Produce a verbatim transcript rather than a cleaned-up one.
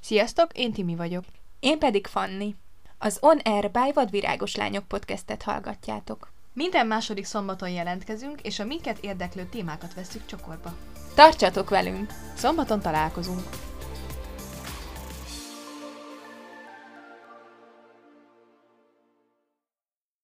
Sziasztok, én Timi vagyok. Én pedig Fanni. Az On Air by Vadvirágos Lányok podcastet hallgatjátok. Minden második szombaton jelentkezünk, és a minket érdeklő témákat vesszük csokorba. Tartsatok velünk! Szombaton találkozunk!